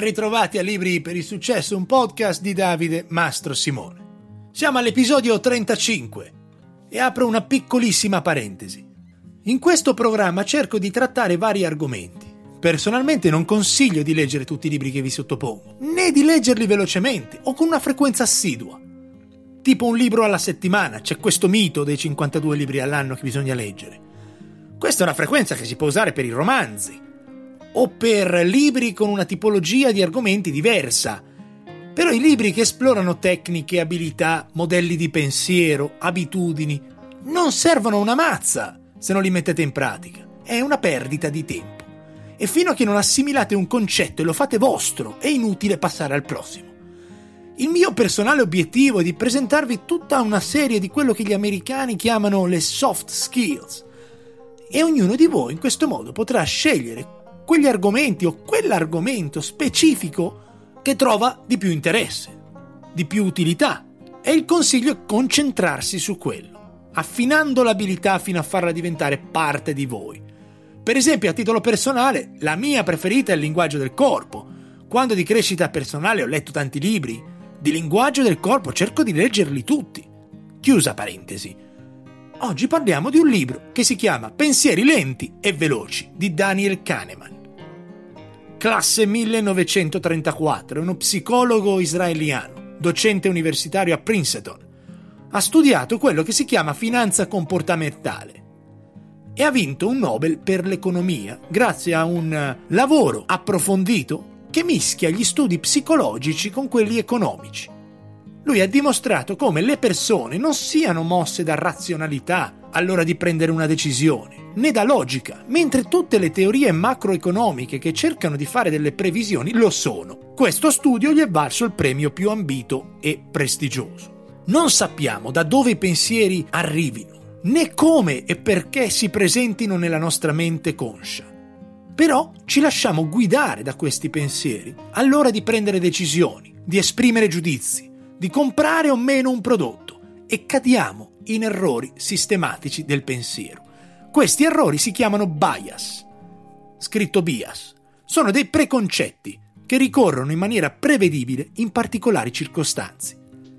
ritrovati a Libri per il Successo, un podcast di Davide Mastro Simone. Siamo all'episodio 35 e apro una piccolissima parentesi. In questo programma cerco di trattare vari argomenti. Personalmente non consiglio di leggere tutti i libri che vi sottopongo, né di leggerli velocemente o con una frequenza assidua. Tipo un libro alla settimana, c'è questo mito dei 52 libri all'anno che bisogna leggere. Questa è una frequenza che si può usare per i romanzi o per libri con una tipologia di argomenti diversa. Però i libri che esplorano tecniche, abilità, modelli di pensiero, abitudini, non servono una mazza se non li mettete in pratica. È una perdita di tempo. E fino a che non assimilate un concetto e lo fate vostro, è inutile passare al prossimo. Il mio personale obiettivo è di presentarvi tutta una serie di quello che gli americani chiamano le soft skills. E ognuno di voi in questo modo potrà scegliere quegli argomenti o quell'argomento specifico che trova di più interesse, di più utilità. E il consiglio è concentrarsi su quello, affinando l'abilità fino a farla diventare parte di voi. Per esempio, a titolo personale, la mia preferita è il linguaggio del corpo. Quando di crescita personale ho letto tanti libri, di linguaggio del corpo cerco di leggerli tutti. Chiusa parentesi. Oggi parliamo di un libro che si chiama Pensieri lenti e veloci di Daniel Kahneman. Classe 1934, è uno psicologo israeliano, docente universitario a Princeton. Ha studiato quello che si chiama finanza comportamentale e ha vinto un Nobel per l'economia grazie a un lavoro approfondito che mischia gli studi psicologici con quelli economici. Lui ha dimostrato come le persone non siano mosse da razionalità all'ora di prendere una decisione, né da logica, mentre tutte le teorie macroeconomiche che cercano di fare delle previsioni lo sono. Questo studio gli è valso il premio più ambito e prestigioso. Non sappiamo da dove i pensieri arrivino, né come e perché si presentino nella nostra mente conscia. Però ci lasciamo guidare da questi pensieri all'ora di prendere decisioni, di esprimere giudizi, di comprare o meno un prodotto e cadiamo in errori sistematici del pensiero. Questi errori si chiamano bias, scritto bias. Sono dei preconcetti che ricorrono in maniera prevedibile in particolari circostanze.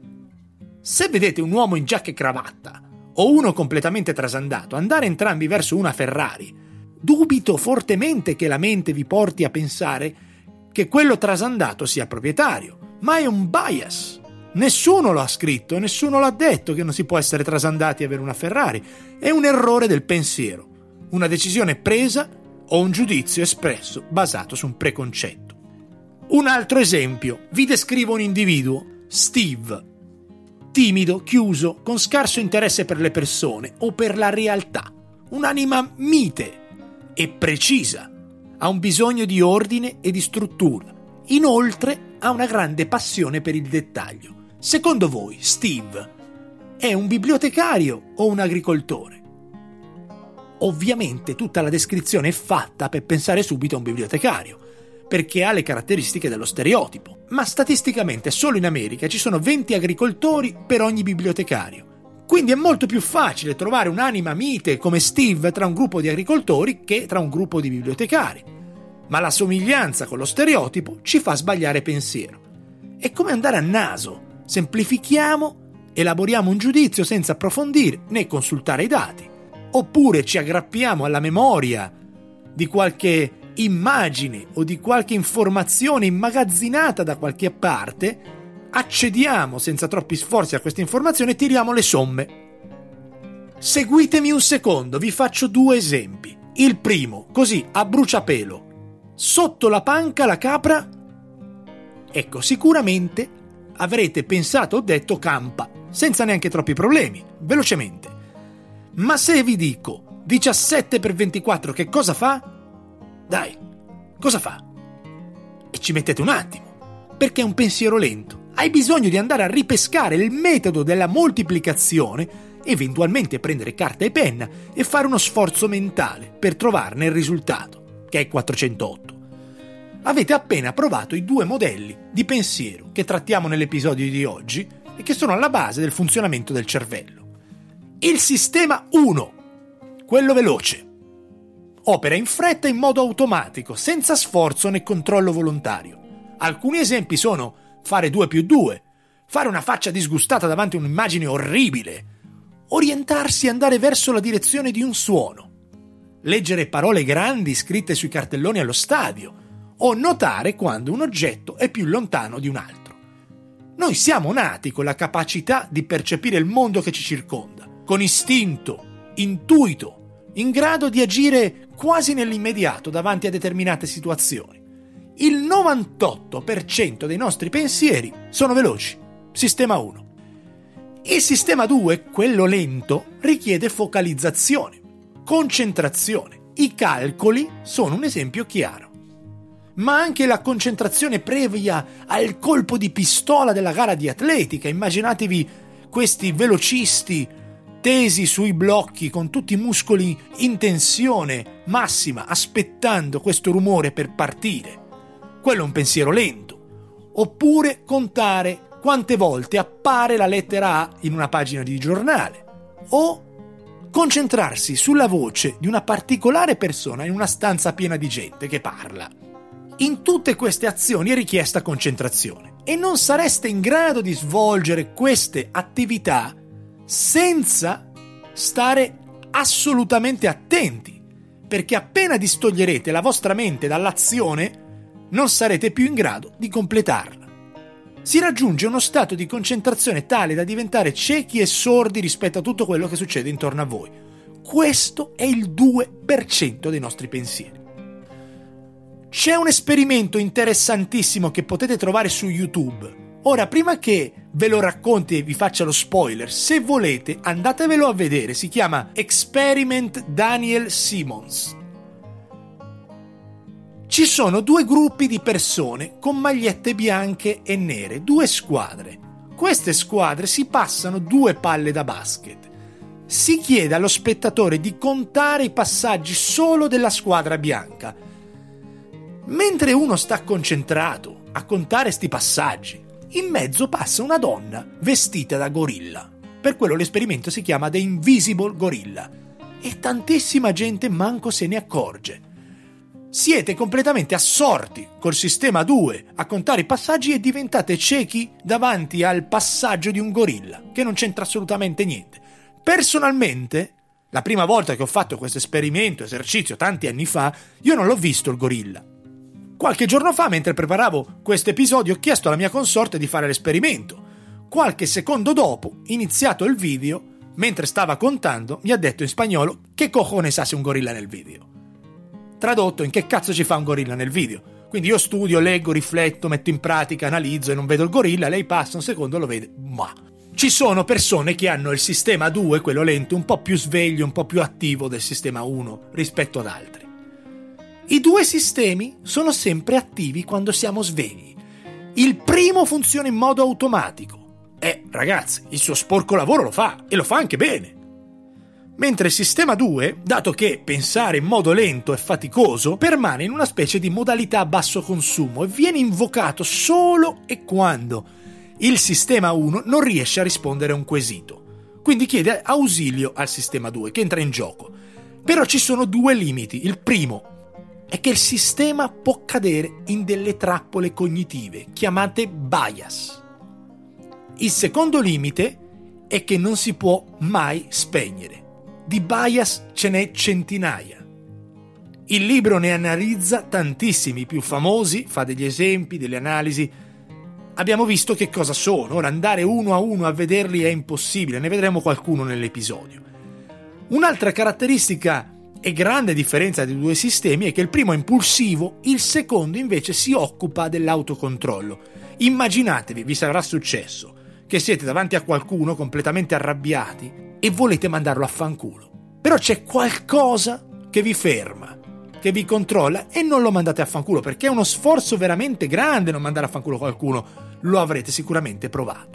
Se vedete un uomo in giacca e cravatta o uno completamente trasandato andare entrambi verso una Ferrari, dubito fortemente che la mente vi porti a pensare che quello trasandato sia proprietario, ma è un bias. Nessuno lo ha scritto e nessuno l'ha detto che non si può essere trasandati e avere una Ferrari. È un errore del pensiero, una decisione presa o un giudizio espresso basato su un preconcetto. Un altro esempio, vi descrivo un individuo, Steve, timido, chiuso, con scarso interesse per le persone o per la realtà, un'anima mite e precisa, ha un bisogno di ordine e di struttura. Inoltre ha una grande passione per il dettaglio. Secondo voi, Steve è un bibliotecario o un agricoltore? Ovviamente tutta la descrizione è fatta per pensare subito a un bibliotecario, perché ha le caratteristiche dello stereotipo. Ma statisticamente solo in America ci sono 20 agricoltori per ogni bibliotecario. Quindi è molto più facile trovare un'anima mite come Steve tra un gruppo di agricoltori che tra un gruppo di bibliotecari. Ma la somiglianza con lo stereotipo ci fa sbagliare pensiero. È come andare a naso. Semplifichiamo, elaboriamo un giudizio senza approfondire né consultare i dati. Oppure ci aggrappiamo alla memoria di qualche immagine o di qualche informazione immagazzinata da qualche parte, accediamo senza troppi sforzi a questa informazione e tiriamo le somme. Seguitemi un secondo, vi faccio 2 esempi. Il primo, così a bruciapelo. Sotto la panca la capra? Ecco, sicuramente avrete pensato o detto campa, senza neanche troppi problemi, velocemente. Ma se vi dico 17 per 24 che cosa fa? Dai, cosa fa? E ci mettete un attimo, perché è un pensiero lento. Hai bisogno di andare a ripescare il metodo della moltiplicazione, eventualmente prendere carta e penna e fare uno sforzo mentale per trovarne il risultato, che è 408. Avete appena provato i 2 modelli di pensiero che trattiamo nell'episodio di oggi e che sono alla base del funzionamento del cervello. Il sistema 1, quello veloce, opera in fretta in modo automatico, senza sforzo né controllo volontario. Alcuni esempi sono fare 2+2, fare una faccia disgustata davanti a un'immagine orribile, orientarsi e andare verso la direzione di un suono, leggere parole grandi scritte sui cartelloni allo stadio o notare quando un oggetto è più lontano di un altro. Noi siamo nati con la capacità di percepire il mondo che ci circonda, con istinto, intuito, in grado di agire quasi nell'immediato davanti a determinate situazioni. Il 98% dei nostri pensieri sono veloci. Sistema 1. Il sistema 2, quello lento, richiede focalizzazione, concentrazione. I calcoli sono un esempio chiaro. Ma anche la concentrazione previa al colpo di pistola della gara di atletica. Immaginatevi questi velocisti tesi sui blocchi con tutti i muscoli in tensione massima, aspettando questo rumore per partire. Quello è un pensiero lento. Oppure contare quante volte appare la lettera A in una pagina di giornale, o concentrarsi sulla voce di una particolare persona in una stanza piena di gente che parla. In tutte queste azioni è richiesta concentrazione e non sareste in grado di svolgere queste attività senza stare assolutamente attenti, perché appena distoglierete la vostra mente dall'azione non sarete più in grado di completarla. Si raggiunge uno stato di concentrazione tale da diventare ciechi e sordi rispetto a tutto quello che succede intorno a voi. Questo è il 2% dei nostri pensieri. C'è un esperimento interessantissimo che potete trovare su YouTube. Ora, prima che ve lo racconti e vi faccia lo spoiler, se volete andatevelo a vedere, si chiama Experiment Daniel Simmons. Ci sono 2 gruppi di persone con magliette bianche e nere, 2 squadre. Queste squadre si passano 2 palle da basket. Si chiede allo spettatore di contare i passaggi solo della squadra bianca. Mentre uno sta concentrato a contare sti passaggi, in mezzo passa una donna vestita da gorilla. Per quello l'esperimento si chiama The Invisible Gorilla. E tantissima gente manco se ne accorge. Siete completamente assorti col sistema 2 a contare i passaggi e diventate ciechi davanti al passaggio di un gorilla, che non c'entra assolutamente niente. Personalmente, la prima volta che ho fatto questo esercizio tanti anni fa, io non l'ho visto il gorilla. Qualche giorno fa, mentre preparavo questo episodio, ho chiesto alla mia consorte di fare l'esperimento. Qualche secondo dopo, iniziato il video, mentre stava contando, mi ha detto in spagnolo che cojones hace un gorilla nel video. Tradotto, in che cazzo ci fa un gorilla nel video? Quindi io studio, leggo, rifletto, metto in pratica, analizzo e non vedo il gorilla, lei passa un secondo e lo vede. Ma ci sono persone che hanno il sistema 2, quello lento, un po' più sveglio, un po' più attivo del sistema 1 rispetto ad altri. I 2 sistemi sono sempre attivi quando siamo svegli. Il primo funziona in modo automatico. Ragazzi, il suo sporco lavoro lo fa, e lo fa anche bene. Mentre il sistema 2, dato che pensare in modo lento è faticoso, permane in una specie di modalità a basso consumo e viene invocato solo e quando il sistema 1 non riesce a rispondere a un quesito. Quindi chiede ausilio al sistema 2, che entra in gioco. Però ci sono 2 limiti. Il primo è che il sistema può cadere in delle trappole cognitive, chiamate bias. Il secondo limite è che non si può mai spegnere. Di bias ce n'è centinaia. Il libro ne analizza tantissimi, più famosi, fa degli esempi, delle analisi. Abbiamo visto che cosa sono, ora andare uno a uno a vederli è impossibile, ne vedremo qualcuno nell'episodio. Un'altra caratteristica e grande differenza dei 2 sistemi è che il primo è impulsivo, il secondo invece si occupa dell'autocontrollo. Immaginatevi, vi sarà successo, che siete davanti a qualcuno completamente arrabbiati e volete mandarlo a fanculo. Però c'è qualcosa che vi ferma, che vi controlla e non lo mandate a fanculo, perché è uno sforzo veramente grande non mandare a fanculo qualcuno, lo avrete sicuramente provato.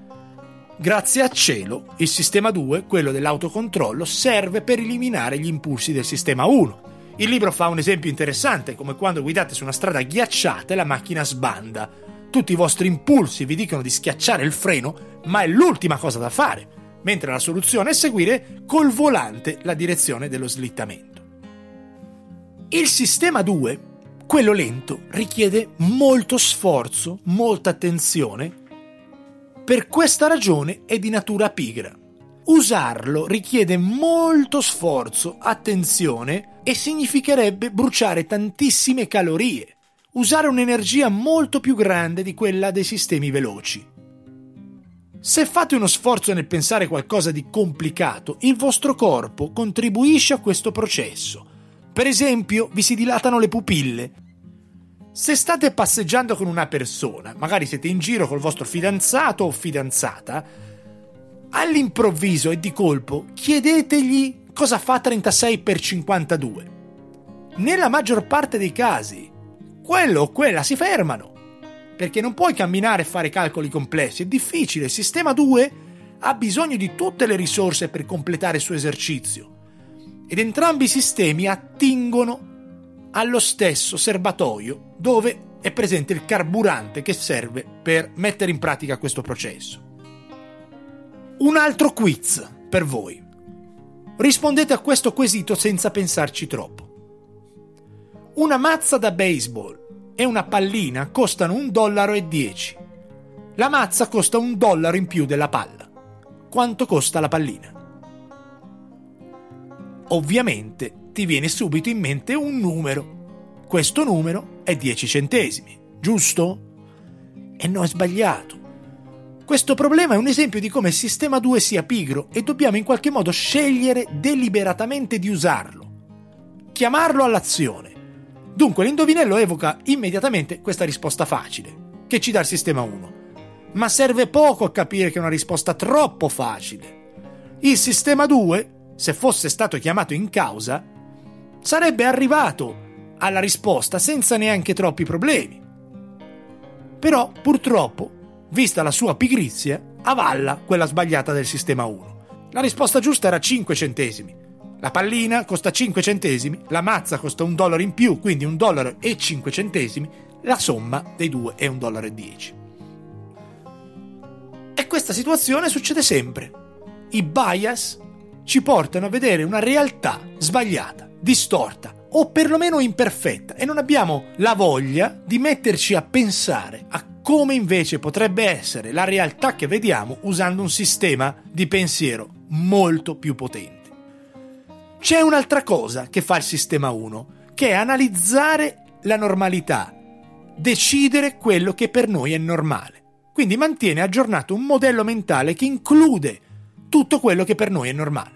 Grazie al cielo, il sistema 2, quello dell'autocontrollo, serve per eliminare gli impulsi del sistema 1. Il libro fa un esempio interessante, come quando guidate su una strada ghiacciata e la macchina sbanda. Tutti i vostri impulsi vi dicono di schiacciare il freno, ma è l'ultima cosa da fare, mentre la soluzione è seguire col volante la direzione dello slittamento. Il sistema 2, quello lento richiede molto sforzo, molta attenzione. Per questa ragione è di natura pigra. Usarlo richiede molto sforzo, attenzione e significherebbe bruciare tantissime calorie, usare un'energia molto più grande di quella dei sistemi veloci. Se fate uno sforzo nel pensare qualcosa di complicato, il vostro corpo contribuisce a questo processo. Per esempio, vi si dilatano le pupille. Se state passeggiando con una persona, magari siete in giro col vostro fidanzato o fidanzata, all'improvviso e di colpo chiedetegli cosa fa 36 per 52. Nella maggior parte dei casi, quello o quella si fermano, perché non puoi camminare e fare calcoli complessi, è difficile. Il sistema 2 ha bisogno di tutte le risorse per completare il suo esercizio ed entrambi i sistemi attingono allo stesso serbatoio dove è presente il carburante che serve per mettere in pratica questo processo. Un altro quiz per voi. Rispondete a questo quesito senza pensarci troppo. Una mazza da baseball e una pallina costano $1,10. La mazza costa $1 in più della palla. Quanto costa la pallina? Ovviamente ti viene subito in mente un numero. Questo numero è 10 centesimi, giusto? E no, è sbagliato. Questo problema è un esempio di come il sistema 2 sia pigro e dobbiamo in qualche modo scegliere deliberatamente di usarlo. Chiamarlo all'azione. Dunque l'indovinello evoca immediatamente questa risposta facile, che ci dà il sistema 1. Ma serve poco a capire che è una risposta troppo facile. Il sistema 2, se fosse stato chiamato in causa, sarebbe arrivato alla risposta senza neanche troppi problemi. Però, purtroppo, vista la sua pigrizia, avalla quella sbagliata del sistema 1. La risposta giusta era 5 centesimi. La pallina costa 5 centesimi, la mazza costa $1 in più, quindi $1,05, la somma dei due è $1,10. E questa situazione succede sempre. I bias ci portano a vedere una realtà sbagliata, distorta o perlomeno imperfetta e non abbiamo la voglia di metterci a pensare a come invece potrebbe essere la realtà che vediamo usando un sistema di pensiero molto più potente. C'è un'altra cosa che fa il sistema 1, che è analizzare la normalità, decidere quello che per noi è normale. Quindi mantiene aggiornato un modello mentale che include tutto quello che per noi è normale.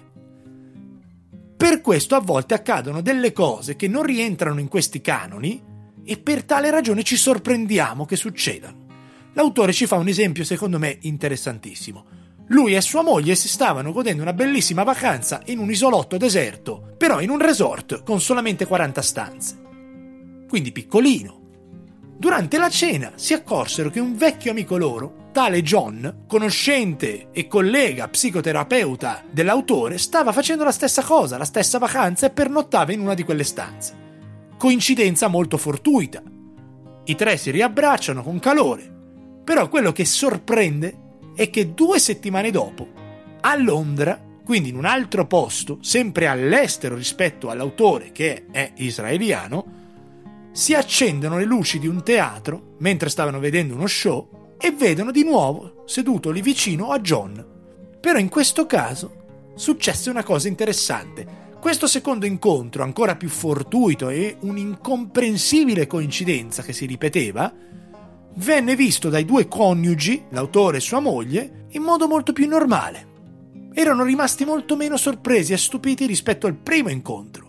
Per questo a volte accadono delle cose che non rientrano in questi canoni e per tale ragione ci sorprendiamo che succedano. L'autore ci fa un esempio secondo me interessantissimo. Lui e sua moglie si stavano godendo una bellissima vacanza in un isolotto deserto, però in un resort con solamente 40 stanze. Quindi piccolino. Durante la cena si accorsero che un vecchio amico loro, tale John, conoscente e collega psicoterapeuta dell'autore, stava facendo la stessa cosa, la stessa vacanza e pernottava in una di quelle stanze. Coincidenza molto fortuita. I tre si riabbracciano con calore, però quello che sorprende è che 2 settimane dopo, a Londra, quindi in un altro posto, sempre all'estero rispetto all'autore che è israeliano, si accendono le luci di un teatro mentre stavano vedendo uno show e vedono di nuovo seduto lì vicino a John. Però in questo caso successe una cosa interessante. Questo secondo incontro, ancora più fortuito e un'incomprensibile coincidenza che si ripeteva, venne visto dai 2 coniugi, l'autore e sua moglie, in modo molto più normale. Erano rimasti molto meno sorpresi e stupiti rispetto al primo incontro.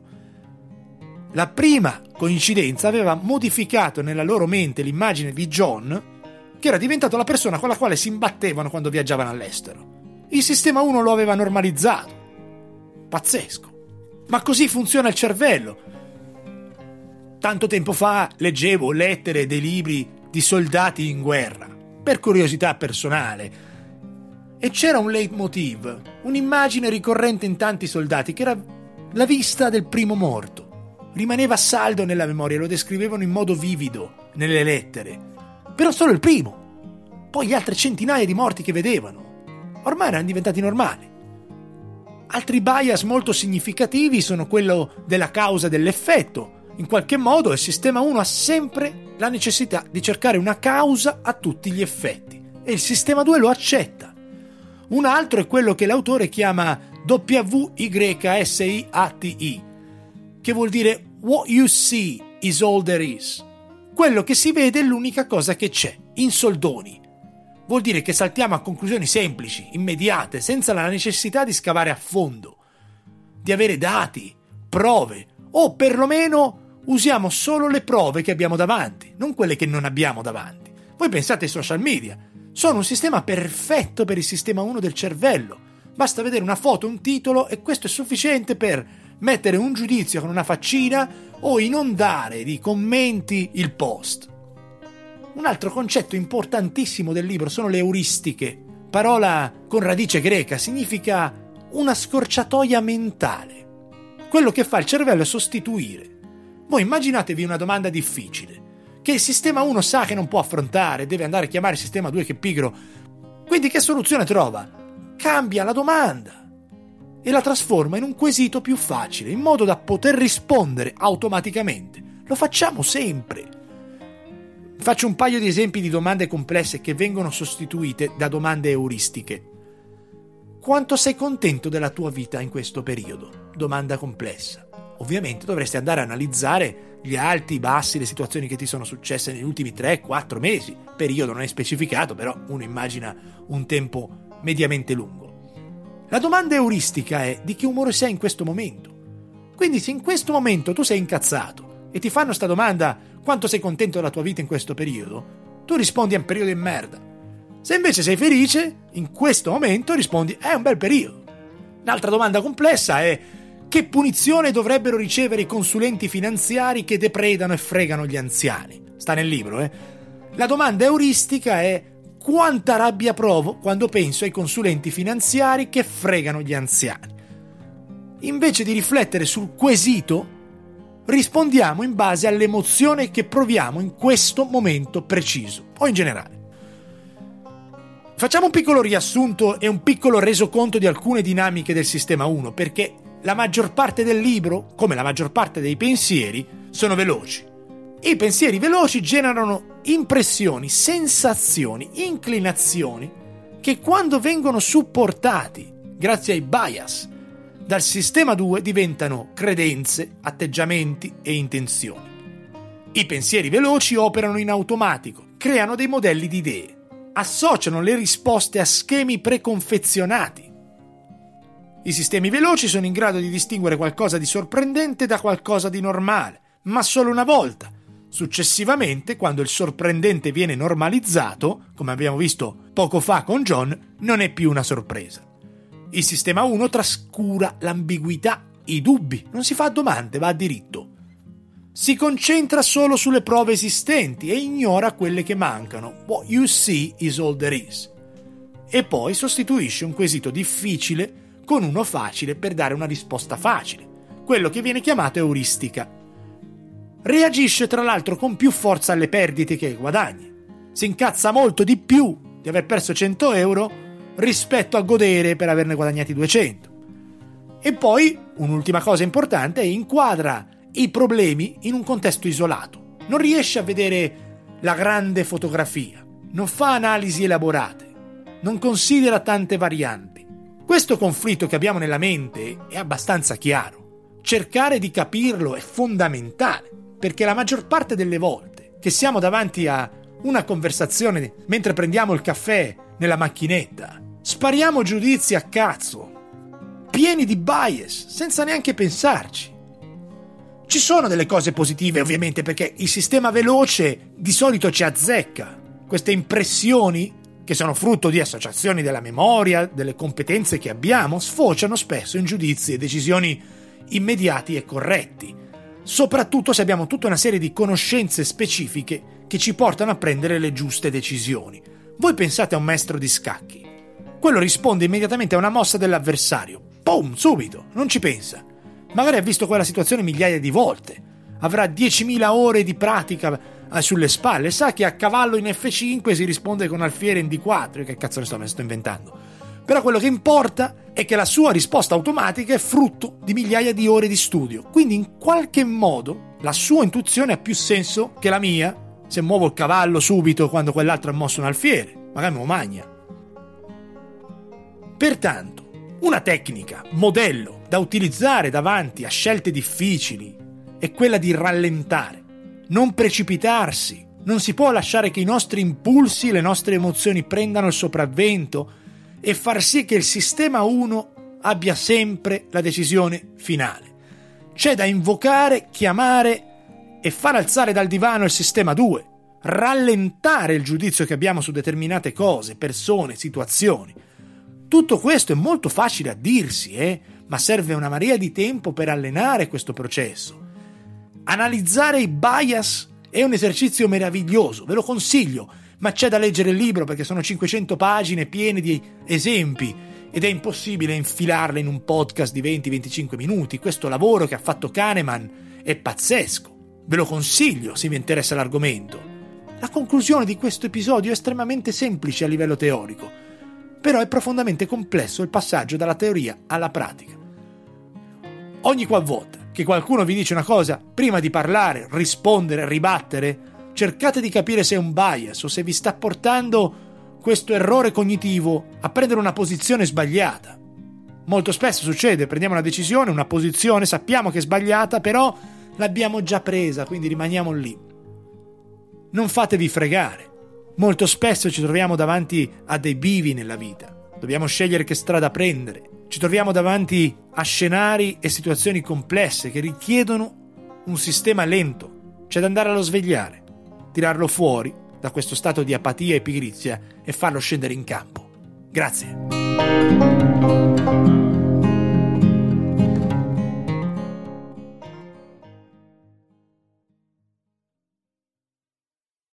La prima coincidenza aveva modificato nella loro mente l'immagine di John, che era diventato la persona con la quale si imbattevano quando viaggiavano all'estero. Il sistema 1 lo aveva normalizzato. Pazzesco. Ma così funziona il cervello. Tanto tempo fa leggevo lettere dei libri di soldati in guerra, per curiosità personale, e c'era un leitmotiv, un'immagine ricorrente in tanti soldati, che era la vista del primo morto. Rimaneva saldo nella memoria, lo descrivevano in modo vivido nelle lettere, però solo il primo. Poi gli altri centinaia di morti che vedevano ormai erano diventati normali. Altri bias molto significativi sono quello della causa e dell'effetto. In qualche modo il sistema 1 ha sempre la necessità di cercare una causa a tutti gli effetti e il sistema 2 lo accetta. Un altro è quello che l'autore chiama WYSIATE, che vuol dire What you see is all there is. Quello che si vede è l'unica cosa che c'è, in soldoni. Vuol dire che saltiamo a conclusioni semplici, immediate, senza la necessità di scavare a fondo, di avere dati, prove, o perlomeno usiamo solo le prove che abbiamo davanti, non quelle che non abbiamo davanti. Voi pensate ai social media, sono un sistema perfetto per il sistema 1 del cervello. Basta vedere una foto, un titolo e questo è sufficiente per mettere un giudizio con una faccina o inondare di commenti il post. Un altro concetto importantissimo del libro sono le euristiche. Parola con radice greca, significa una scorciatoia mentale. Quello che fa il cervello è sostituire. Voi immaginatevi una domanda difficile, che il sistema 1 sa che non può affrontare, deve andare a chiamare il sistema 2 che è pigro. Quindi che soluzione trova? Cambia la domanda e la trasforma in un quesito più facile, in modo da poter rispondere automaticamente. Lo facciamo sempre. Faccio un paio di esempi di domande complesse che vengono sostituite da domande euristiche. Quanto sei contento della tua vita in questo periodo? Domanda complessa. Ovviamente dovresti andare a analizzare gli alti, i bassi, le situazioni che ti sono successe negli ultimi 3-4 mesi. Periodo non è specificato, però uno immagina un tempo mediamente lungo. La domanda euristica è: di che umore sei in questo momento? Quindi se in questo momento tu sei incazzato e ti fanno sta domanda: quanto sei contento della tua vita in questo periodo? Tu rispondi: è un periodo in merda. Se invece sei felice, in questo momento rispondi: è un bel periodo. L'altra domanda complessa è: che punizione dovrebbero ricevere i consulenti finanziari che depredano e fregano gli anziani? Sta nel libro, La domanda euristica è: quanta rabbia provo quando penso ai consulenti finanziari che fregano gli anziani? Invece di riflettere sul quesito, rispondiamo in base all'emozione che proviamo in questo momento preciso, o in generale. Facciamo un piccolo riassunto e un piccolo resoconto di alcune dinamiche del sistema 1, perché la maggior parte del libro, come la maggior parte dei pensieri, sono veloci. I pensieri veloci generano impressioni, sensazioni, inclinazioni che quando vengono supportati, grazie ai bias, dal sistema 2 diventano credenze, atteggiamenti e intenzioni. I pensieri veloci operano in automatico, creano dei modelli di idee, associano le risposte a schemi preconfezionati. I sistemi veloci sono in grado di distinguere qualcosa di sorprendente da qualcosa di normale, ma solo una volta. Successivamente, quando il sorprendente viene normalizzato, come abbiamo visto poco fa con John, non è più una sorpresa. Il sistema 1 trascura l'ambiguità, i dubbi, non si fa domande, va a diritto. Si concentra solo sulle prove esistenti e ignora quelle che mancano. What you see is all there is. E poi sostituisce un quesito difficile con uno facile per dare una risposta facile, quello che viene chiamato euristica. Reagisce tra l'altro con più forza alle perdite che ai guadagni. Si incazza molto di più di aver perso 100 euro rispetto a godere per averne guadagnati 200. E poi, un'ultima cosa importante, è inquadra i problemi in un contesto isolato. Non riesce a vedere la grande fotografia, non fa analisi elaborate, non considera tante varianti. Questo conflitto che abbiamo nella mente è abbastanza chiaro. Cercare di capirlo è fondamentale, perché la maggior parte delle volte che siamo davanti a una conversazione mentre prendiamo il caffè nella macchinetta, spariamo giudizi a cazzo, pieni di bias, senza neanche pensarci. Ci sono delle cose positive, ovviamente, perché il sistema veloce di solito ci azzecca. Queste impressioni, che sono frutto di associazioni della memoria, delle competenze che abbiamo, sfociano spesso in giudizi e decisioni immediati e corretti, soprattutto se abbiamo tutta una serie di conoscenze specifiche che ci portano a prendere le giuste decisioni. Voi pensate a un maestro di scacchi. Quello risponde immediatamente a una mossa dell'avversario. Boom, subito, non ci pensa. Magari ha visto quella situazione migliaia di volte. Avrà 10.000 ore di pratica sulle spalle. Sa che a cavallo in F5 si risponde con alfiere in D4. Che cazzo ne sto inventando? Però quello che importa è che la sua risposta automatica è frutto di migliaia di ore di studio. Quindi in qualche modo la sua intuizione ha più senso che la mia, se muovo il cavallo subito quando quell'altro ha mosso un alfiere, magari me lo magna. Pertanto, una tecnica, modello da utilizzare davanti a scelte difficili è quella di rallentare, non precipitarsi. Non si può lasciare che i nostri impulsi, le nostre emozioni prendano il sopravvento e far sì che il sistema 1 abbia sempre la decisione finale. C'è da invocare, chiamare e far alzare dal divano il sistema 2, rallentare il giudizio che abbiamo su determinate cose, persone, situazioni. Tutto questo è molto facile a dirsi, ma serve una marea di tempo per allenare questo processo. Analizzare i bias è un esercizio meraviglioso, ve lo consiglio, ma c'è da leggere il libro perché sono 500 pagine piene di esempi ed è impossibile infilarle in un podcast di 20-25 minuti. Questo lavoro che ha fatto Kahneman è pazzesco, ve lo consiglio se vi interessa l'argomento. La conclusione di questo episodio è estremamente semplice a livello teorico, però è profondamente complesso il passaggio dalla teoria alla pratica. Ogni qualvolta che qualcuno vi dice una cosa, prima di parlare, rispondere, ribattere, cercate di capire se è un bias o se vi sta portando questo errore cognitivo a prendere una posizione sbagliata. Molto spesso succede, prendiamo una decisione, una posizione, sappiamo che è sbagliata, però l'abbiamo già presa, quindi rimaniamo lì. Non fatevi fregare. Molto spesso ci troviamo davanti a dei bivi nella vita. Dobbiamo scegliere che strada prendere. Ci troviamo davanti a scenari e situazioni complesse che richiedono un sistema lento. C'è da andare allo svegliare, tirarlo fuori da questo stato di apatia e pigrizia e farlo scendere in campo. Grazie.